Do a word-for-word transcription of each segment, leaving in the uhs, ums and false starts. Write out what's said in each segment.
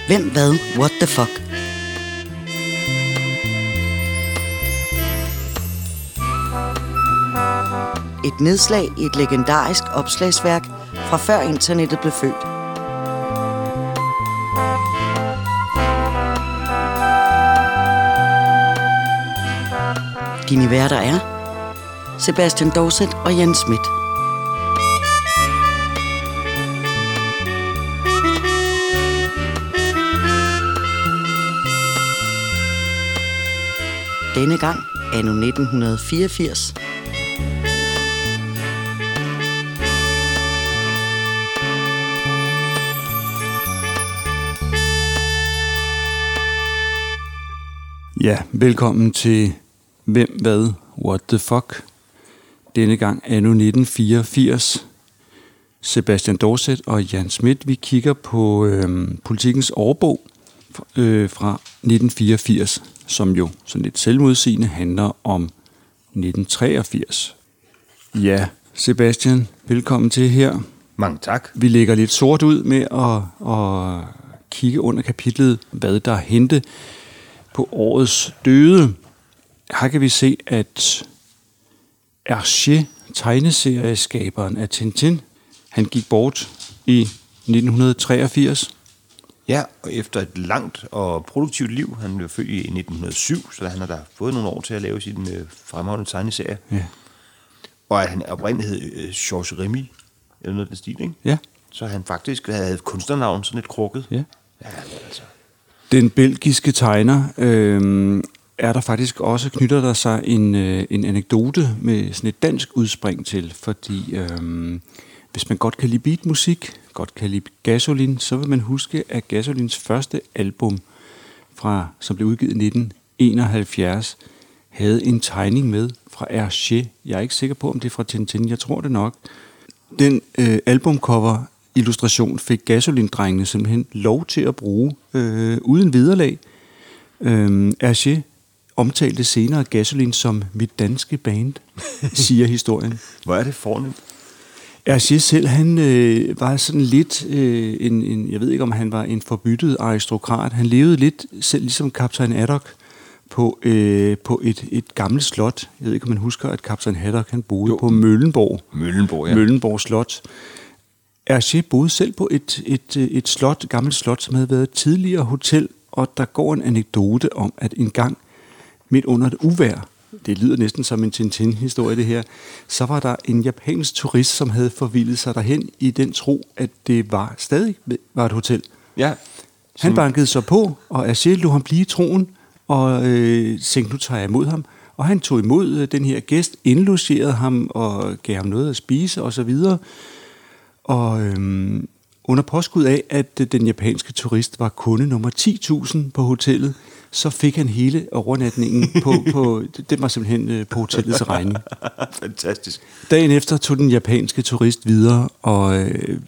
Hvem, hvad, what the fuck? Et nedslag i et legendarisk opslagsværk fra før internettet blev født. Dine værter er Sebastian Dorset og Jens Schmidt. Denne gang anno nitten fireogfirs. Ja, velkommen til Hvem, hvad, what the fuck. Denne gang anno nitten fireogfirs. Sebastian Dorset og Jan Schmidt, vi kigger på øh, Politikens årbog øh, fra nitten fireogfirs, som jo sådan lidt selvmodsigende handler om nitten treogfirs. Ja, Sebastian, velkommen til her. Mange tak. Vi lægger lidt sort ud med at, at kigge under kapitlet, hvad der er hente på årets døde. Her kan vi se, at Hergé, tegneserieskaberen af Tintin, han gik bort i nitten treogfirs. Ja, og efter et langt og produktivt liv, han blev født i nitten hundrede og syv, så han har da fået nogle år til at lave sin øh, fremragende tegneserie. Ja. Og at han oprindeligt hed øh, Georges Remy, eller noget af den stil, ikke? Ja. Så han faktisk havde kunstnernavn sådan lidt krukket. Ja. Ja, altså. Den belgiske tegner, øh, er der faktisk også, knytter der sig en, øh, en anekdote med sådan et dansk udspring til, fordi øh, hvis man godt kan lide beatmusik, godt kan lide Gasolin, så vil man huske, at Gasolins første album, fra, som blev udgivet i nitten enoghalvfjerds, havde en tegning med fra Hergé. Jeg er ikke sikker på, om det er fra Tintin, jeg tror det nok. Den øh, albumcover illustration fik Gasolin-drengene simpelthen lov til at bruge øh, uden vederlag. Øh, Hergé omtalte senere Gasolin som mit danske band, siger historien. Hvor er det fornemt? Hergé selv, han øh, var sådan lidt, øh, en, en, jeg ved ikke om han var en forbyttet aristokrat. Han levede lidt selv ligesom kaptajn Haddock på, øh, på et, et gammelt slot. Jeg ved ikke, om man husker, at kaptajn Haddock han boede jo på Møllenborg. Møllenborg, ja. Møllenborg Slot. Hergé boede selv på et, et, et slot, et gammelt slot, som havde været et tidligere hotel, og der går en anekdote om, at en gang midt under et uvejr, det lyder næsten som en Tintin-historie det her, så var der en japansk turist, som havde forvildet sig derhen i den tro, at det var stadig var et hotel. Ja. Han bankede så på, og Hergé lod ham blive i troen, og øh, tænkte, nu tager jeg imod ham. Og han tog imod øh, den her gæst, indlogerede ham og gav ham noget at spise osv., og øhm, under påskud af, at den japanske turist var kunde nummer ti tusind på hotellet, så fik han hele overnatningen på, på det var simpelthen øh, på hotellets regning. Fantastisk. Dagen efter tog den japanske turist videre, og øh,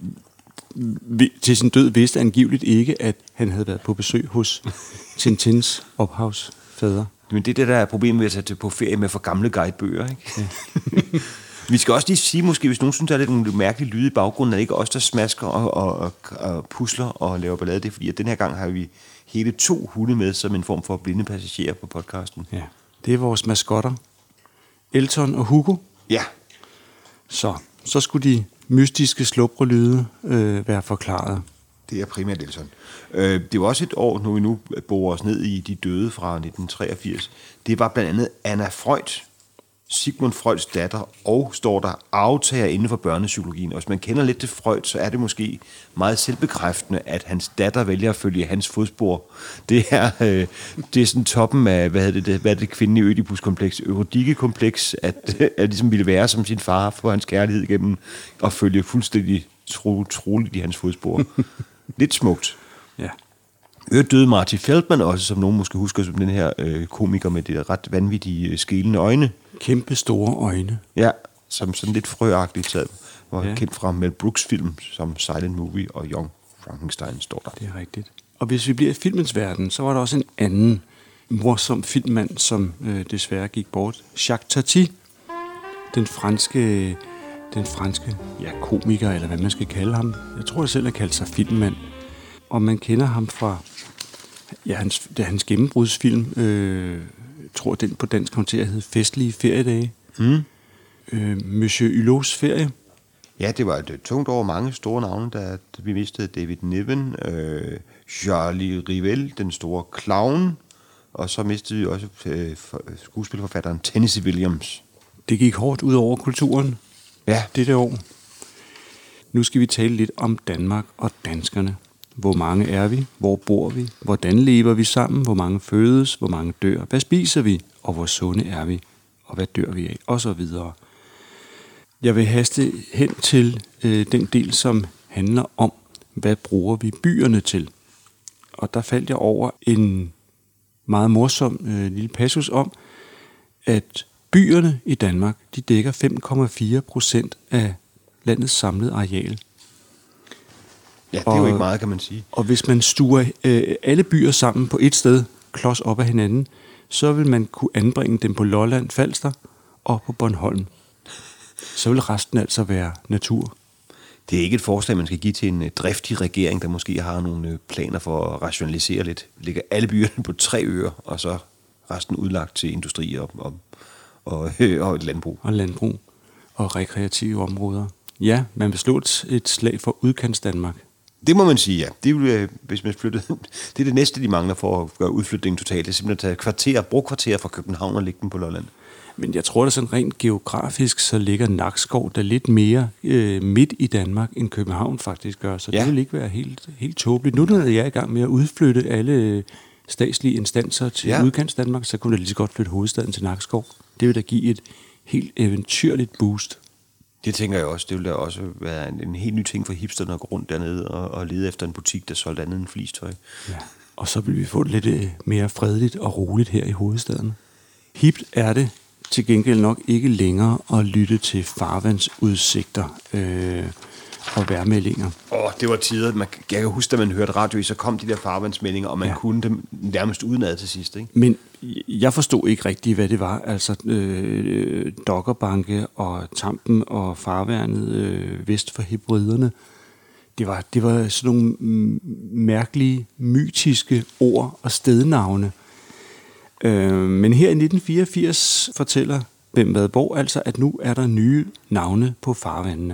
til sin død vidste angiveligt ikke, at han havde været på besøg hos Tintins ophavsfader. Men det er det, der er problemet med at tage på ferie med for gamle guidebøger, ikke? Ja. Vi skal også lige sige, måske hvis nogen synes, der er lidt nogle mærkelige lyde i baggrunden, at det ikke er os, der smasker og, og, og, og pusler og laver ballade. Det er fordi, at den her gang har vi hele to hunde med som en form for blinde passagerer på podcasten. Ja, det er vores maskotter. Elton og Hugo. Ja. Så, så skulle de mystiske slubrelyde øh, være forklaret. Det er primært Elton. Øh, det var også et år, når vi nu borer os ned i de døde fra nitten treogfirs. Det var blandt andet Anna Freud, Sigmund Freuds datter, og står der aftager inden for børnepsykologien. Og hvis man kender lidt til Freud, så er det måske meget selvbekræftende, at hans datter vælger at følge hans fodspor. Det er, øh, det er sådan toppen af, hvad er det, hvad er det kvindelige Ødipus-kompleks, Eurydike-kompleks, at, at ligesom ville være som sin far for hans kærlighed gennem at følge fuldstændig tro, troligt i hans fodspor. Lidt smukt. Ja. Øvrigt døde Marty Feldman også, som nogen måske husker som den her øh, komiker med de ret vanvittige øh, skælende øjne. Kæmpe store øjne. Ja, som sådan lidt frøagtigt sad. Var ja. Kendt fra Mel Brooks film som Silent Movie og Young Frankenstein står der. Det er rigtigt. Og hvis vi bliver i filmens verden, så var der også en anden morsom filmmand, som øh, desværre gik bort. Jacques Tati, den franske, den franske ja, komiker, eller hvad man skal kalde ham. Jeg tror, jeg selv har kaldt sig filmmand. og man kender ham fra ja, hans, det er hans gennembrudsfilm. Øh, jeg tror, den på dansk håndteret hed Festlige feriedage. Mm. Øh, Monsieur Hulots ferie. Ja, det var et tungt over mange store navne, da vi mistede David Niven, øh, Charlie Rivel, den store clown, og så mistede vi også øh, skuespilforfatteren Tennessee Williams. Det gik hårdt ud over kulturen. Ja. Dette år. Nu skal vi tale lidt om Danmark og danskerne. Hvor mange er vi? Hvor bor vi? Hvordan lever vi sammen? Hvor mange fødes? Hvor mange dør? Hvad spiser vi? Og hvor sunde er vi? Og hvad dør vi af? Og så videre. Jeg vil haste hen til øh, den del, som handler om, hvad bruger vi byerne til? Og der faldt jeg over en meget morsom øh, lille passus om, at byerne i Danmark, de dækker fem komma fire procent af landets samlede areal. Ja, det er og, jo ikke meget, kan man sige. Og hvis man stuer øh, alle byer sammen på et sted, klods op ad hinanden, så vil man kunne anbringe dem på Lolland, Falster og på Bornholm. Så vil resten altså være natur. Det er ikke et forslag, man skal give til en driftig regering, der måske har nogle planer for at rationalisere lidt. Lægger alle byerne på tre øer, og så resten udlagt til industri og, og, og, og et landbrug. Og landbrug og rekreative områder. Ja, man vil slå et, et slag for udkants Danmark. Det må man sige, ja. Det er, hvis man flyttede, det er det næste, de mangler for at gøre udflytningen totalt. Det er simpelthen at tage kvarter, brugkvarter fra København og lægge dem på Lolland. Men jeg tror, at sådan rent geografisk, så ligger Nakskov der lidt mere øh, midt i Danmark, end København faktisk gør. Så ja. Det vil ikke være helt, helt tåbeligt. Nu når jeg er i gang med at udflytte alle statslige instanser til ja. udkants Danmark, så kunne det lige så godt flytte hovedstaden til Nakskov. Det vil da give et helt eventyrligt boost. Det tænker jeg også. Det vil da også være en, en helt ny ting for hipsterne at gå rundt dernede og, og lede efter en butik, der solgte andet end flistøj. Ja. Og så vil vi få det lidt mere fredeligt og roligt her i hovedstaden. Hipt er det til gengæld nok ikke længere at lytte til farvandsudsigter øh, og vejrmeldinger. Åh, oh, det var tider. Man, jeg kan huske, da man hørte radio, så kom de der farvandsmeldinger, og man ja. kunne dem nærmest udenad til sidst, ikke? Men jeg forstod ikke rigtigt, hvad det var. Altså øh, Dokkerbanke og Tampen og farvandet øh, vest for Hebriderne. Det var, det var sådan nogle mærkelige, mytiske ord og stednavne. Øh, men her i nitten fireogfirs fortæller Bem Vadborg altså, at nu er der nye navne på farvandene.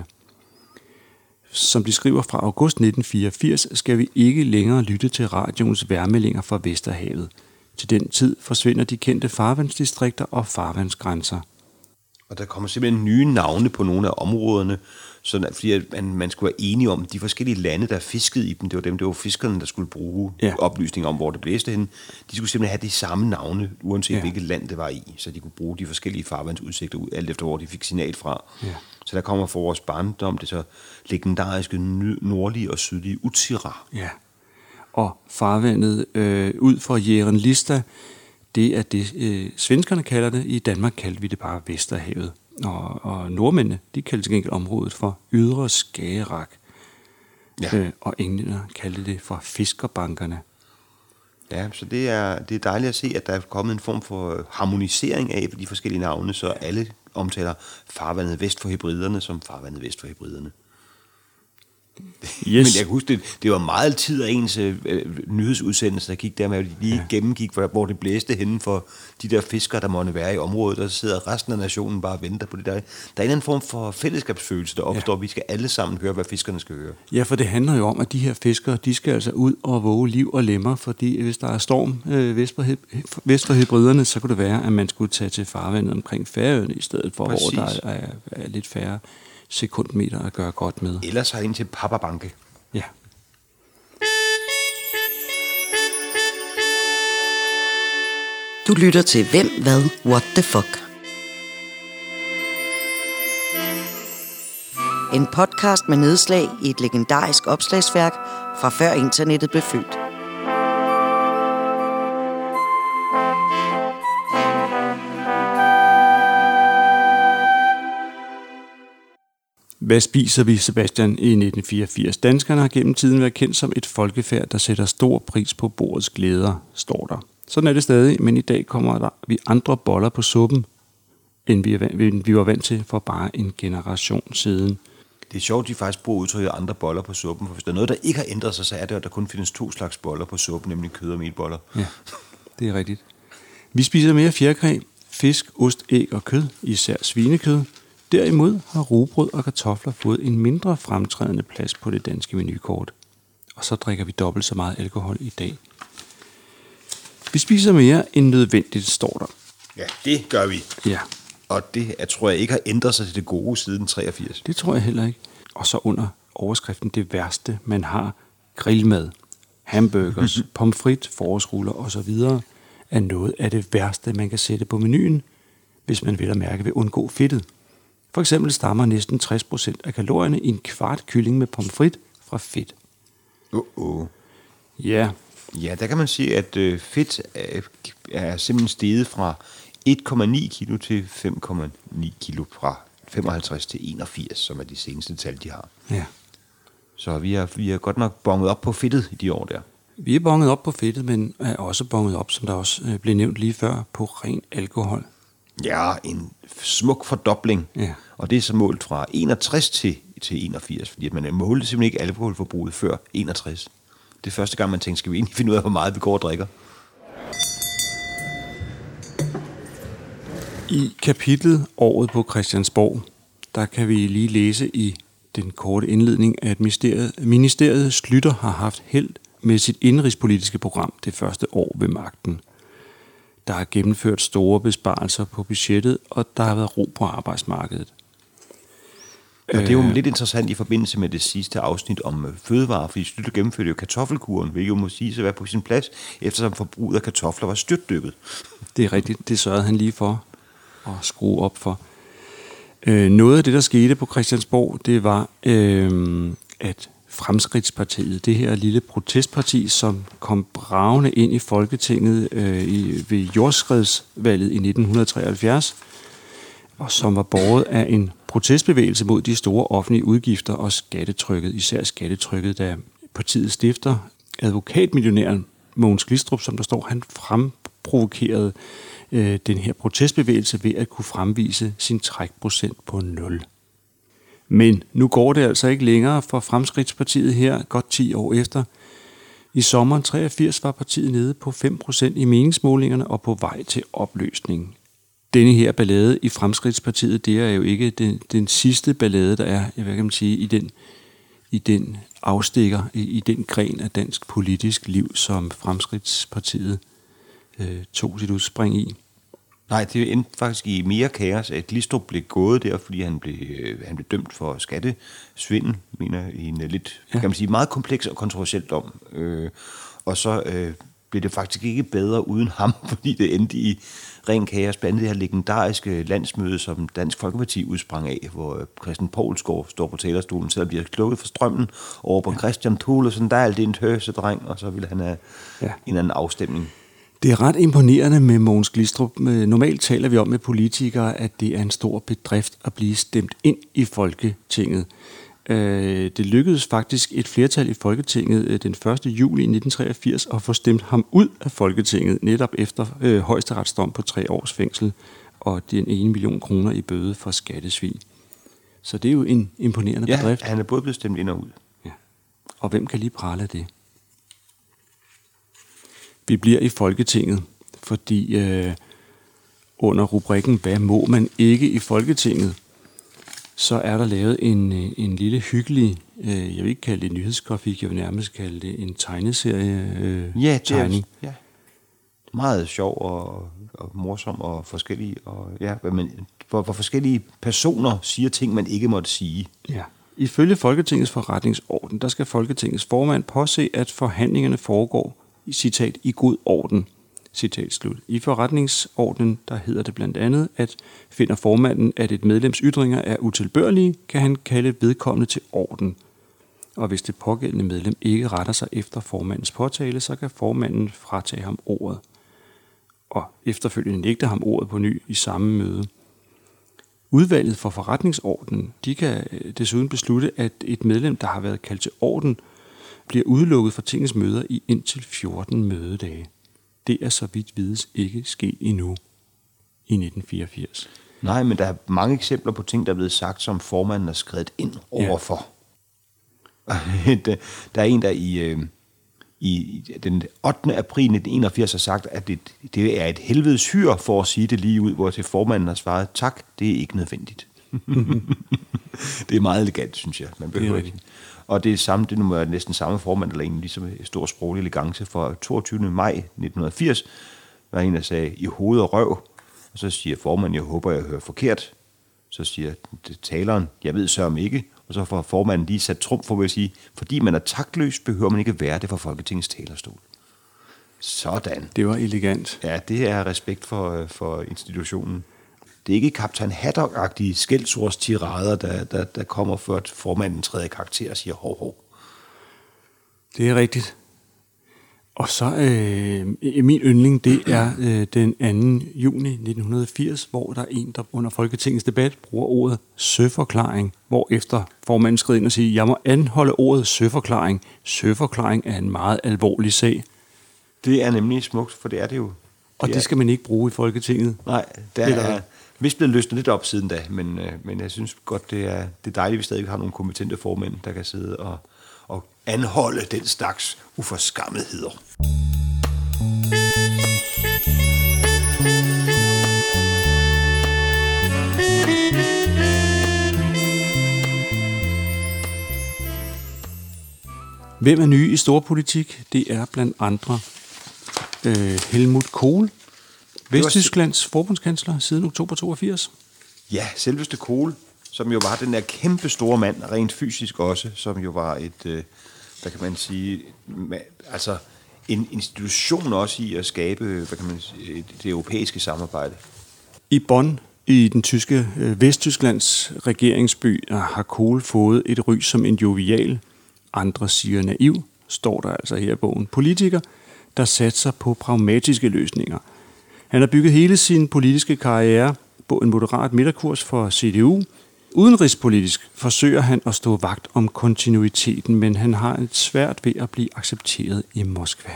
Som de skriver fra august nitten fireogfirs, skal vi ikke længere lytte til radioens vejrmeldinger fra Vesterhavet. Til den tid forsvinder de kendte farvandsdistrikter og farvandsgrænser. Og der kommer simpelthen nye navne på nogle af områderne, sådan at, fordi man, man skulle være enige om de forskellige lande, der fiskede i dem. Det var dem, det var fiskerne, der skulle bruge ja. oplysninger om, hvor det blæste hen. De skulle simpelthen have de samme navne, uanset ja. hvilket land det var i, så de kunne bruge de forskellige farvandsudsigter ud, alt efter hvor de fik signal fra. Ja. Så der kommer for vores barndom det så legendariske nordlige og sydlige Utsira. Ja, og farvandet øh, ud fra Jærenlista, det er det, øh, svenskerne kalder det. I Danmark kaldte vi det bare Vesterhavet. Og, og nordmændene, de kaldte til gengæld området for Ydre Skagerrak. Ja. Øh, og englænderne kaldte det for Fiskerbankerne. Ja, så det er, det er dejligt at se, at der er kommet en form for harmonisering af de forskellige navne, så alle omtaler farvandet vest for Hebriderne som farvandet vest for Hebriderne. Yes. Men jeg kan huske, det, det var meget tid af ens øh, nyhedsudsendelse, der gik der med, at de lige ja. gennemgik, hvor det blæste henne for de der fiskere, der måtte være i området, og så sidder resten af nationen bare og venter på det der. Der er en eller anden form for fællesskabsfølelse, der opstår. Ja. Vi skal alle sammen høre, hvad fiskerne skal høre. Ja, for det handler jo om, at de her fiskere, de skal altså ud og våge liv og lemmer, fordi hvis der er storm øh, vest, for Heb- vest for Hebriderne, så kunne det være, at man skulle tage til farvandet omkring Færøerne i stedet for, præcis. Hvor der er, er lidt færre sekundmeter at gøre godt med. Ellers har ind til Papperbanke. Ja. Du lytter til Hvem, Hvad, What the Fuck. En podcast med nedslag i et legendarisk opslagsværk fra før internettet blev født. Hvad spiser vi, Sebastian, i nitten fireogfirs? Danskerne har gennem tiden været kendt som et folkefærd, der sætter stor pris på bordets glæder, står der. Sådan er det stadig, men i dag kommer der vi andre boller på suppen, end vi, er, end vi var vant til for bare en generation siden. Det er sjovt, at de faktisk bruger udtrykket andre boller på suppen, for hvis der er noget, der ikke har ændret sig, så er det, at der kun findes to slags boller på suppen, nemlig kød og melboller. Ja, det er rigtigt. Vi spiser mere fjerkræ, fisk, ost, æg og kød, især svinekød. Derimod har rugbrød og kartofler fået en mindre fremtrædende plads på det danske menukort. Og så drikker vi dobbelt så meget alkohol i dag. Vi spiser mere end nødvendigt, står der. Ja, det gør vi. Ja. Og det jeg tror jeg ikke har ændret sig til det gode siden treogfirs. Det tror jeg heller ikke. Og så under overskriften det værste, man har, grillmad, hamburgers, pomfrit, forårsruller osv. er noget af det værste, man kan sætte på menuen, hvis man vel at mærke vil undgå fedtet. For eksempel stammer næsten tres procent af kalorierne i en kvart kylling med pomfrit fra fedt. Uh-oh. Ja. Ja, der kan man sige, at øh, fedt er, er simpelthen steget fra en komma ni kilo til fem komma ni kilo, fra femoghalvtreds til enogfirs, som er de seneste tal, de har. Ja. Så vi har, vi har godt nok bonget op på fedtet i de år der. Vi er bonget op på fedtet, men er også bonget op, som der også øh, blev nævnt lige før, på ren alkohol. Ja, en smuk fordobling. Ja. Og det er så målt fra enogtres til, til enogfirs, fordi at man målte simpelthen ikke alkoholforbruget før enogtres. Det er første gang, man tænkte, skal vi egentlig finde ud af, hvor meget vi går og drikker? I kapitlet Året på Christiansborg, der kan vi lige læse i den korte indledning, at ministeriet, ministeriet Schlüter har haft held med sit indrigspolitiske program det første år ved magten. Der er gennemført store besparelser på budgettet, og der har været ro på arbejdsmarkedet. Og det er jo lidt interessant i forbindelse med det sidste afsnit om fødevarer, fordi Schlüter gennemførte jo kartoffelkuren, hvilket jo må sige at være på sin plads, eftersom forbruget af kartofler var styrtdykket. Det er rigtigt, det sørgede han lige for at skrue op for. Øh, noget af det, der skete på Christiansborg, det var, øh, at Fremskridtspartiet, det her lille protestparti, som kom bragende ind i Folketinget øh, i, ved jordskredsvalget i nitten treoghalvfjerds, og som var båret af en protestbevægelse mod de store offentlige udgifter og skattetrykket, især skattetrykket, da partiet stifter advokatmillionæren Mogens Glistrup, som der står, han fremprovokerede øh, den her protestbevægelse ved at kunne fremvise sin trækprocent på nul. Men nu går det altså ikke længere for Fremskridtspartiet her, godt ti år efter. I sommeren treogfirs var partiet nede på fem procent i meningsmålingerne og på vej til opløsning. Denne her ballade i Fremskridtspartiet, det er jo ikke den, den sidste ballade, der er, jeg vil kan sige, i den, i den afstikker, i, i den gren af dansk politisk liv, som Fremskridtspartiet øh, tog sit udspring i. Nej, det endte faktisk i mere kaos, at Glistrup blev gået der, fordi han blev, øh, han blev dømt for skattesvindel, mener jeg, i en lidt, ja. kan man sige, meget kompleks og kontroversiel dom. Øh, og så øh, blev det faktisk ikke bedre uden ham, fordi det endte i ren kaos, blandt det her legendariske landsmøde, som Dansk Folkeparti udsprang af, hvor Christian Poulsgaard står på talerstolen, selvom bliver klukket for strømmen, over på ja. Christian Thulesen Dahl, det er en tøsedreng, og så ville han have ja. en anden afstemning. Det er ret imponerende med Mogens Glistrup. Normalt taler vi om med politikere, at det er en stor bedrift at blive stemt ind i Folketinget. Det lykkedes faktisk et flertal i Folketinget den første juli nitten treogfirs at få stemt ham ud af Folketinget, netop efter øh, højesteretsdom på tre års fængsel og den ene million kroner i bøde for skattesvig. Så det er jo en imponerende ja, bedrift. Ja, han er både blevet stemt ind og ud. Ja. Og hvem kan lige prale af det? Vi bliver i Folketinget, fordi øh, under rubrikken Hvad må man ikke i Folketinget, så er der lavet en, en lille hyggelig, øh, jeg vil ikke kalde det nyhedsgrafik, jeg vil nærmest kalde det en tegneserie øh, ja, tegning. Ja, meget sjov og, og morsom og forskellig, og ja, men, hvor, hvor forskellige personer siger ting, man ikke måtte sige. Ja. Ifølge Folketingets forretningsorden, der skal Folketingets formand påse, at forhandlingerne foregår i citat i god orden. Citat slut. I forretningsordenen, der hedder det blandt andet, at finder formanden, at et medlems ytringer er utilbørlige, kan han kalde vedkommende til orden. Og hvis det pågældende medlem ikke retter sig efter formandens påtale, så kan formanden fratage ham ordet. Og efterfølgende nægter ham ordet på ny i samme møde. Udvalget for forretningsordenen, de kan desuden beslutte, at et medlem, der har været kaldt til orden, bliver udelukket fra tingets møder i indtil fjorten mødedage. Det er så vidt vides ikke sket endnu i nitten fireogfirs. Nej, men der er mange eksempler på ting, der er blevet sagt, som formanden har skrevet ind overfor. Ja. Der er en, der i, i den ottende april nitten enogfirs har sagt, at det, det er et helvedes hyr for at sige det lige ud, hvor til formanden har svaret, tak, det er ikke nødvendigt. Det er meget elegant, synes jeg. Man behøver ikke. Og det er samme, det nu er næsten samme formand, eller en ligesom en stor sproglig elegance fra toogtyvende maj nitten firs, var en, der sagde, i hoved og røv. Og så siger formanden, jeg håber, jeg hører forkert. Så siger taleren, jeg ved sørme ikke. Og så får formanden lige sat trumf for at sige, fordi man er taktløs, behøver man ikke være det for Folketingets talerstol. Sådan. Det var elegant. Ja, det er respekt for, for institutionen. Det er ikke kaptajn Haddock-agtige skældsords-tirader, der, der, der kommer før formanden træder i karakter og siger hov, hov. Det er rigtigt. Og så øh, min yndling, det er øh, den anden juni nitten firs, hvor der er en, der under Folketingets debat bruger ordet søforklaring, hvor efter formanden skrider ind og siger, jeg må anholde ordet søforklaring. Søforklaring er en meget alvorlig sag. Det er nemlig smukt, for det er det jo. Det og det er... skal man ikke bruge i Folketinget. Nej, der Eller... er vist blevet løsnet lidt op siden da, men, øh, men jeg synes godt, det er, det er dejligt, at vi stadig har nogle kompetente formænd, der kan sidde og, og anholde den slags uforskammetheder. Hvem er nye i storpolitik? Det er blandt andre øh, Helmut Kohl, Vesttysklands forbundskansler siden oktober toogfirs. Ja, selveste Kohl, som jo var den der kæmpe store mand, rent fysisk også, som jo var et, øh, hvad kan man sige, altså en institution også i at skabe, hvad kan man sige, det europæiske samarbejde. I Bonn, i den tyske øh, Vesttysklands regeringsby, har Kohl fået et ry som en jovial, andre siger naiv, står der altså her i bogen, politiker, der satser på pragmatiske løsninger. Han har bygget hele sin politiske karriere på en moderat midterkurs for C D U. Udenrigspolitisk forsøger han at stå vagt om kontinuiteten, men han har et svært ved at blive accepteret i Moskva.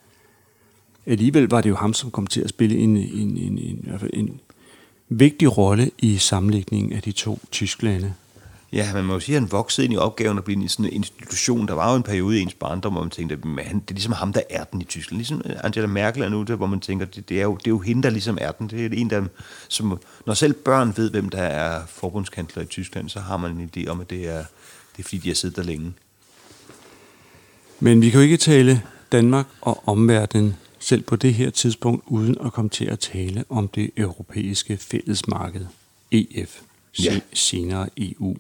Alligevel var det jo ham, som kom til at spille en, en, en, en, en vigtig rolle i sammenlægningen af de to Tysklande. Ja, man må jo sige, at han voksede ind i opgaven at blive sådan en institution. Der var jo en periode i ens barndom, hvor man tænkte, at det er ligesom ham, der er den i Tyskland. Ligesom Angela Merkel er nu, der, hvor man tænker, at det, det, er jo, det er jo hende, der ligesom er den. Det er en, der, som, når selv børn ved, hvem der er forbundskansler i Tyskland, så har man en idé om, at det er, det er fordi, de har siddet der længe. Men vi kan jo ikke tale Danmark og omverdenen selv på det her tidspunkt, uden at komme til at tale om det europæiske fællesmarked, E F, ja. Senere E U.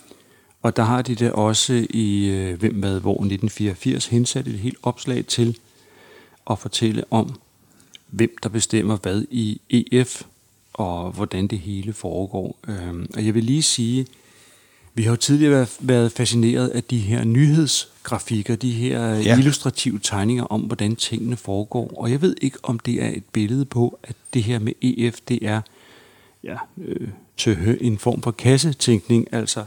Og der har de da også i øh, Hvem hvad hvor nitten fireogfirs hensat et helt opslag til at fortælle om, hvem der bestemmer hvad i E F, og hvordan det hele foregår. Øhm, og jeg vil lige sige, vi har jo tidligere været fascineret af de her nyhedsgrafikker, de her ja. illustrative tegninger om, hvordan tingene foregår. Og jeg ved ikke, om det er et billede på, at det her med E F, det er ja, øh, tøhø, en form for kassetænkning, altså.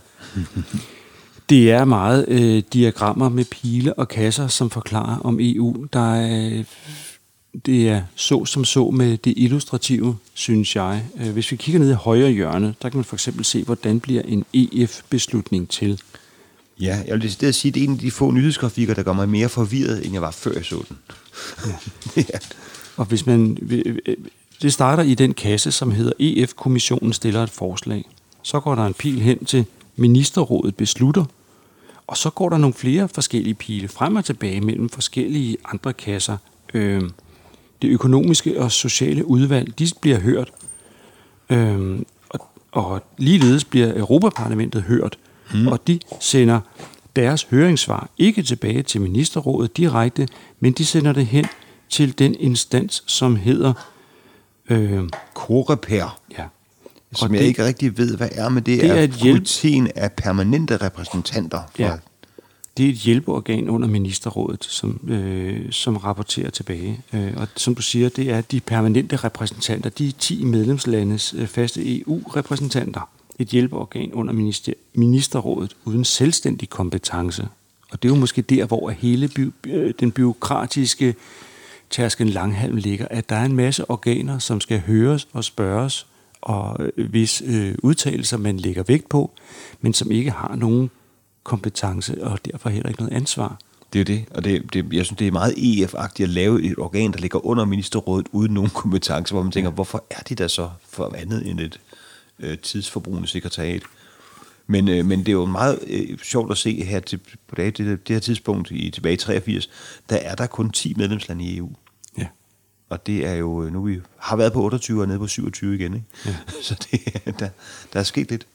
Det er meget øh, diagrammer med pile og kasser, som forklarer om E U. Der er, det er så som så med det illustrative, synes jeg. Hvis vi kigger ned i højre hjørne, der kan man for eksempel se, hvordan bliver en E F-beslutning til. Ja, jeg vil decideret sige, at det er en af de få nyhedsgrafikker, der gør mig mere forvirret, end jeg var før jeg så den. Ja. Ja. Og hvis man... Det starter i den kasse, som hedder E F-kommissionen stiller et forslag. Så går der en pil hen til ministerrådet beslutter, og så går der nogle flere forskellige pile frem og tilbage mellem forskellige andre kasser. Øh, det økonomiske og sociale udvalg, de bliver hørt, øh, og, og ligeledes bliver Europaparlamentet hørt, hmm. og de sender deres høringssvar ikke tilbage til ministerrådet direkte, men de sender det hen til den instans, som hedder øh, Coreper. Ja. Som og jeg det, ikke rigtig ved, hvad er, men det, det er, er komiteen af permanente repræsentanter. For ja, det er et hjælpeorgan under ministerrådet, som, øh, som rapporterer tilbage. Øh, og som du siger, det er de permanente repræsentanter, de ti medlemslandes øh, faste E U-repræsentanter. Et hjælpeorgan under minister, ministerrådet uden selvstændig kompetence. Og det er jo måske der, hvor hele by, øh, den byråkratiske tærsken langhalm ligger, at der er en masse organer, som skal høres og spørges, og hvis øh, udtalelser, man lægger vægt på, men som ikke har nogen kompetence, og derfor heller ikke noget ansvar. Det er jo det, og det, det, jeg synes, det er meget E F-agtigt at lave et organ, der ligger under ministerrådet, uden nogen kompetence, hvor man tænker, hvorfor er de der så for andet end et øh, tidsforbrugende sekretariat? Men, øh, men det er jo meget øh, sjovt at se her til, på det, det, det her tidspunkt, i, tilbage i treogfirs, der er der kun ti medlemslande i E U. Ja. Og det er jo, nu vi har været på otteogtyve og nede på syvogtyve igen, ikke? Ja. Så det, der, der er sket lidt.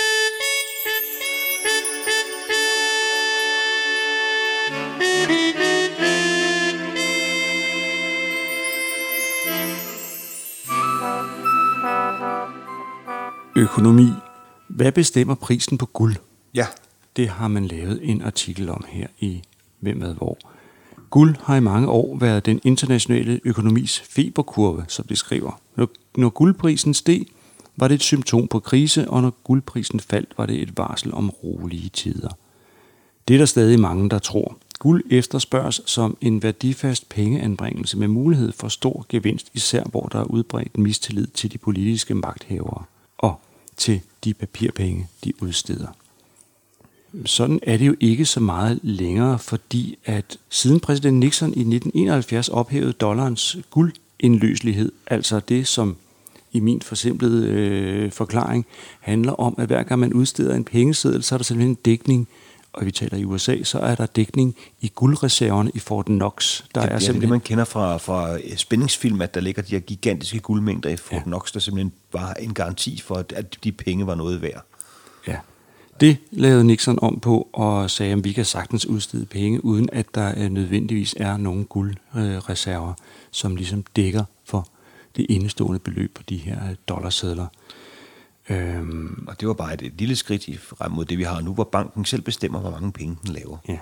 Økonomi. Hvad bestemmer prisen på guld? Ja. Det har man lavet en artikel om her i Hvem hvad hvor. Guld har i mange år været den internationale økonomis feberkurve, som det skriver. Når, når guldprisen steg, var det et symptom på krise, og når guldprisen faldt, var det et varsel om rolige tider. Det er der stadig mange, der tror. Guld efterspørges som en værdifast pengeanbringelse med mulighed for stor gevinst, især hvor der er udbredt mistillid til de politiske magthavere og til de papirpenge, de udsteder. Sådan er det jo ikke så meget længere, fordi at siden præsident Nixon i nitten enoghalvfjerds ophævede dollarens guldindløselighed, altså det, som i min forsimplede øh, forklaring handler om, at hver gang man udsteder en pengeseddel, så er der simpelthen en dækning, og vi taler i U S A, så er der dækning i guldreserverne i Fort Knox. Der det, er det simpelthen det, man kender fra, fra spændingsfilm, at der ligger de her gigantiske guldmængder i Fort ja. Knox, der simpelthen var en garanti for, at de penge var noget værd. Ja. Det lavede Nixon om på og sagde, at vi kan sagtens udstede penge, uden at der nødvendigvis er nogen guldreserver, som ligesom dækker for det indestående beløb på de her dollarsedler. Øhm. Og det var bare et, et lille skridt i frem mod det, vi har nu, hvor banken selv bestemmer, hvor mange penge den laver. Ja.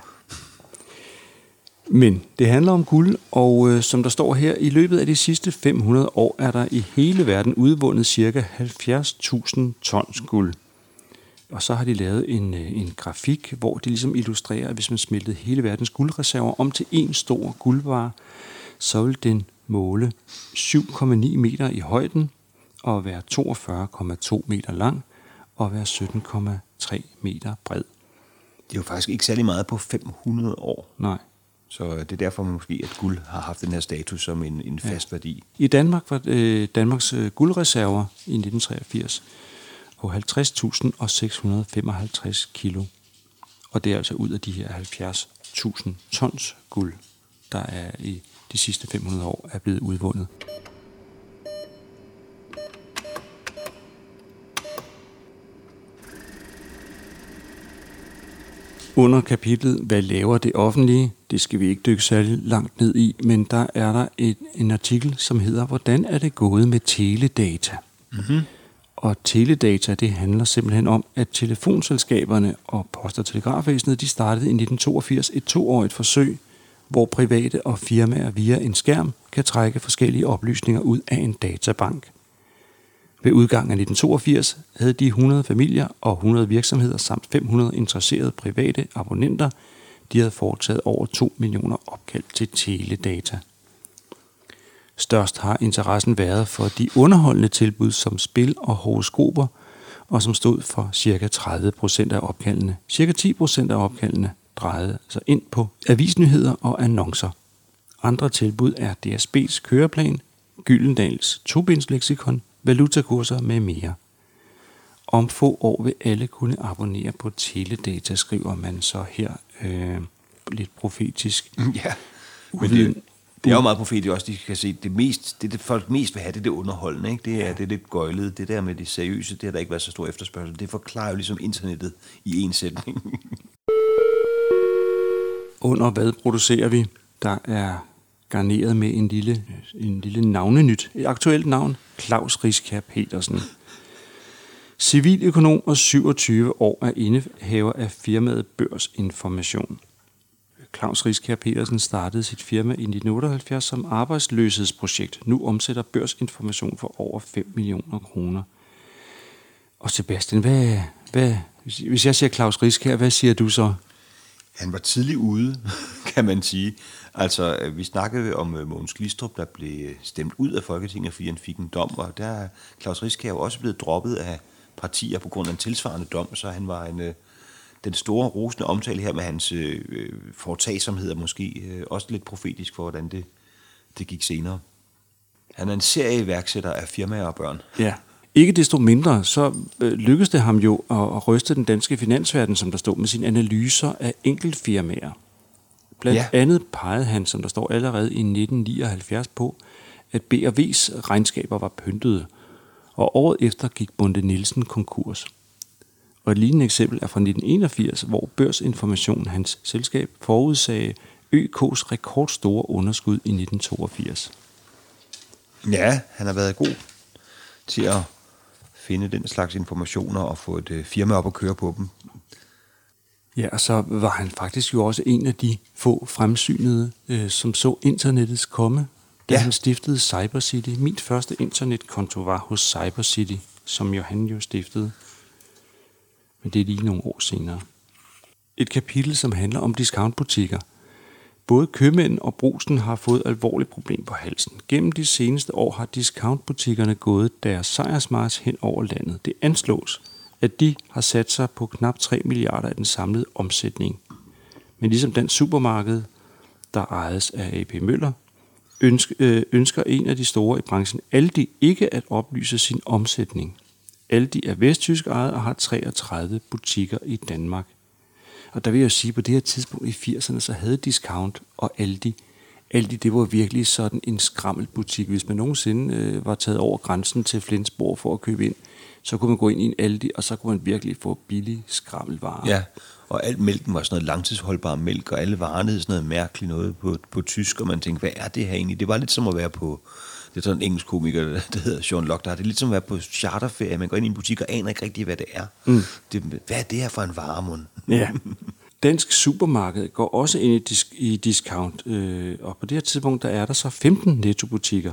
Men det handler om guld, og øh, som der står her, i løbet af de sidste fem hundrede år er der i hele verden udvundet ca. halvfjerds tusind tons guld. Og så har de lavet en, en grafik, hvor de ligesom illustrerer, at hvis man smeltede hele verdens guldreserver om til en stor guldvare, så vil den måle syv komma ni meter i højden og være toogfyrre komma to meter lang og være sytten komma tre meter bred. Det er jo faktisk ikke særlig meget på fem hundrede år. Nej. Så det er derfor måske, at guld har haft den her status som en, en fast ja. værdi. I Danmark var øh, Danmarks øh, guldreserver i nitten treogfirs på halvtreds tusind seks hundrede og femoghalvtreds kilo. Og det er altså ud af de her halvfjerds tusind tons guld, der er i de sidste fem hundrede år er blevet udvundet. Under kapitlet, hvad laver det offentlige? Det skal vi ikke dykke særlig langt ned i, men der er der et, en artikel, som hedder, hvordan er det gået med teledata? Mm-hmm. Og teledata, det handler simpelthen om, at telefonselskaberne og post- og telegrafvæsenet, de startede i nitten toogfirs et toårigt forsøg, hvor private og firmaer via en skærm kan trække forskellige oplysninger ud af en databank. Ved udgangen af nitten toogfirs havde de hundrede familier og hundrede virksomheder samt fem hundrede interesserede private abonnenter, de havde foretaget over to millioner opkald til teledata. Størst har interessen været for de underholdende tilbud som spil og horoskoper, og som stod for ca. tredive procent af opkaldene. Cirka ti procent af opkaldene drejede sig ind på avisnyheder og annoncer. Andre tilbud er D S B's køreplan, Gyldendals tobindsleksikon, valutakurser med mere. Om få år vil alle kunne abonnere på teledata, skriver man så her øh, lidt profetisk. Ja, men det, det er jo meget profetisk også, de kan se, det mest, det, det folk mest vil have, det er det underholdende, ikke? Det er det lidt gøjlede, det der med det seriøse, det har der ikke været så stor efterspørgsel. Det forklarer jo ligesom internettet i en sætning. Under hvad producerer vi? Der er garneret med en lille, en lille navnenyt. Et aktuelt navn, Claus Riskær Petersen. Civiløkonom og syvogtyve år er indehaver af firmaet Børsinformation. Claus Riskær Petersen startede sit firma i nitten otteoghalvfjerds som arbejdsløshedsprojekt. Nu omsætter Børsinformation for over fem millioner kroner. Og Sebastian, hvad, hvad, hvis jeg siger Claus Riskær, hvad siger du så? Han var tidlig ude, kan man sige. Altså, vi snakkede om Mogens Glistrup, der blev stemt ud af Folketinget, fordi han fik en dom, og der er Klaus Riskær jo også blevet droppet af partier på grund af en tilsvarende dom, så han var en, den store rosende omtale her med hans øh, foretagsomhed, og måske øh, også lidt profetisk for, hvordan det, det gik senere. Han er en serieværksætter af firmaer og børn. Ja. Ikke desto mindre, så øh, lykkedes det ham jo at, at ryste den danske finansverden, som der står, med sine analyser af enkeltfirmaer. Blandt ja. andet pegede han, som der står allerede i nitten nioghalvfjerds på, at B og V's regnskaber var pyntede, og året efter gik Bonde Nielsen konkurs. Og et lignende eksempel er fra nitten enogfirs, hvor Børsinformation, hans selskab, forudsagde Ø K's rekordstore underskud i nitten toogfirs. Ja, han har været god til at finde den slags informationer og få et firma op og køre på dem. Ja, og så var han faktisk jo også en af de få fremsynede, øh, som så internettets komme, da ja. han stiftede CyberCity. Min første internetkonto var hos CyberCity, som jo han jo stiftede. Men det er lige nogle år senere. Et kapitel, som handler om discountbutikker. Både købmænd og brugsen har fået et alvorligt problem på halsen. Gennem de seneste år har discountbutikkerne gået deres sejrsmarch hen over landet. Det anslås, at de har sat sig på knap tre milliarder af den samlede omsætning. Men ligesom den supermarked, der ejes af A P Møller, ønsker, ønsker en af de store i branchen, Aldi, ikke at oplyse sin omsætning. Aldi er vesttysk ejet og har treogtredive butikker i Danmark. Og der vil jeg jo sige, at på det her tidspunkt i firserne, så havde Discount og Aldi, Aldi, det var virkelig sådan en skrammelbutik. Hvis man nogensinde øh, var taget over grænsen til Flensborg for at købe ind, så kunne man gå ind i en Aldi, og så kunne man virkelig få billige skrammelvarer. Ja, og alt mælken var sådan noget langtidsholdbar mælk, og alle varerne hed sådan noget mærkeligt noget på, på tysk, og man tænkte, hvad er det her egentlig? Det var lidt som at være på, det er sådan en engelsk komiker, der hedder Sean Lock, der har det lidt som at være på charterferie. Man går ind i en butik og aner ikke rigtig, hvad det er. Mm. Det, hvad er det her for en varemund? Ja. Dansk supermarked går også ind i, disk, i discount, øh, og på det her tidspunkt, der er der så femten Netto-butikker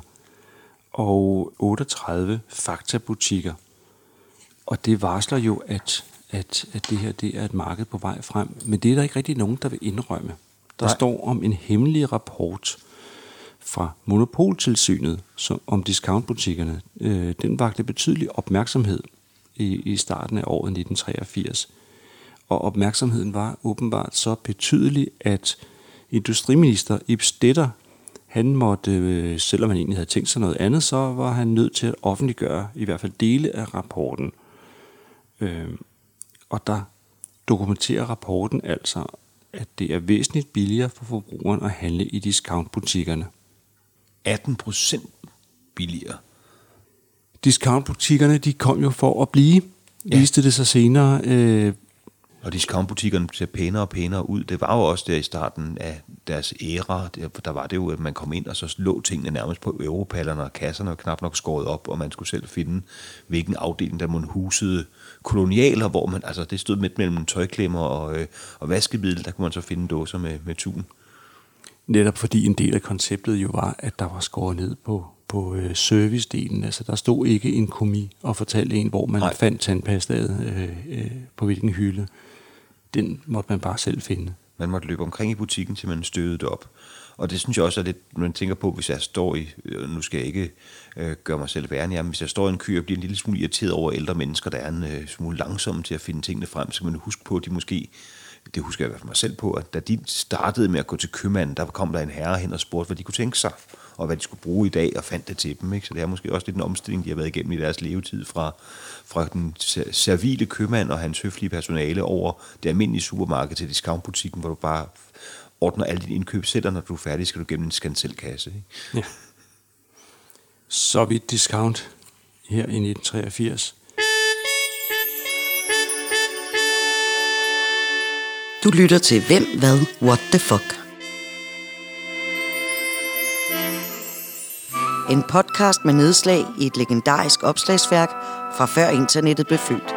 og otteogtredive Fakta-butikker. Og det varsler jo, at, at, at det her det er et marked på vej frem. Men det er der ikke rigtig nogen, der vil indrømme. Der Nej. står om en hemmelig rapport fra Monopoltilsynet som, om discountbutikkerne. Øh, den vakte betydelig opmærksomhed i, i starten af året nitten treogfirs. Og opmærksomheden var åbenbart så betydelig, at industriminister Ib Stedter, han måtte, selvom han egentlig havde tænkt sig noget andet, så var han nødt til at offentliggøre i hvert fald dele af rapporten. Øh, og der dokumenterer rapporten altså, at det er væsentligt billigere for forbrugeren at handle i discountbutikkerne. atten procent billigere. Discountbutikkerne, de kom jo for at blive, ja. viste det sig senere. Øh, og discountbutikkerne ser pænere og pænere ud. Det var jo også der i starten af deres æra. Der var det jo, at man kom ind, og så lå tingene nærmest på europallerne, og kasserne var knap nok skåret op, og man skulle selv finde, hvilken afdeling, der man husede kolonialer, hvor man, altså det stod midt mellem tøjklemmer og, øh, og vaskemiddel, der kunne man så finde dåser med, med tun. Netop fordi en del af konceptet jo var, at der var skåret ned på, på øh, servicedelen. Altså der stod ikke en komi og fortalte en, hvor man Nej. fandt tandpastaet øh, øh, på hvilken hylde. Den måtte man bare selv finde. Man måtte løbe omkring i butikken, til man støvede det op. Og det synes jeg også er lidt, man tænker på, hvis jeg står i, nu skal jeg ikke øh, gøre mig selv værre, jamen, hvis jeg står i en kø og bliver en lille smule irriteret over ældre mennesker, der er en øh, smule langsomme til at finde tingene frem, så kan man huske på, at de måske, det husker jeg i hvert fald mig selv på, at da de startede med at gå til købmanden, der kom der en herre hen og spurgte, hvad de kunne tænke sig, og hvad de skulle bruge i dag, og fandt det til dem. Ikke? Så det er måske også lidt en omstilling, de har været igennem i deres levetid, fra, fra den servile købmand og hans høflige personale over det almindelige supermarked til discountbutikken, hvor du bare ordner alle dine indkøb selv, og når du er færdig, skal du gennem en skanselkasse. Ikke? Ja. Så vidt discount her i nitten treogfirs. Du lytter til Hvem, Hvad, What the Fuck? En podcast med nedslag i et legendarisk opslagsværk fra før internettet blev født.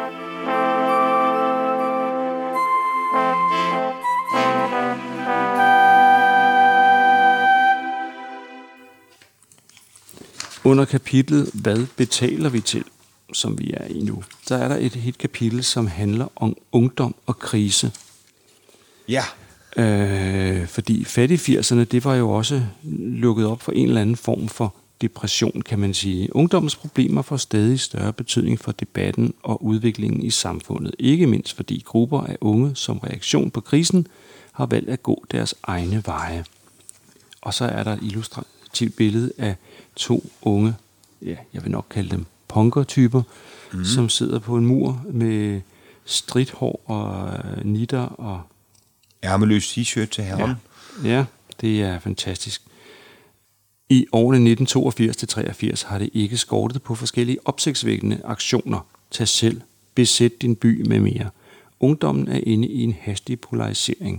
Under kapitlet Hvad betaler vi til, som vi er i nu, så er der et helt kapitel, som handler om ungdom og krise. Ja. Øh, fordi fattigfirserne, det var jo også lukket op for en eller anden form for depression, kan man sige. Ungdommens problemer får stadig større betydning for debatten og udviklingen i samfundet. Ikke mindst fordi grupper af unge som reaktion på krisen har valgt at gå deres egne veje. Og så er der et illustrativt billede af to unge, ja, jeg vil nok kalde dem punker-typer, mm. som sidder på en mur med stridthår og nitter og ærmeløs t-shirt til herren. Ja, ja, det er fantastisk. I årene nitten toogfirs til treogfirs har det ikke skortet på forskellige opsigtsvækkende aktioner. Tag selv, besæt din by med mere. Ungdommen er inde i en hastig polarisering.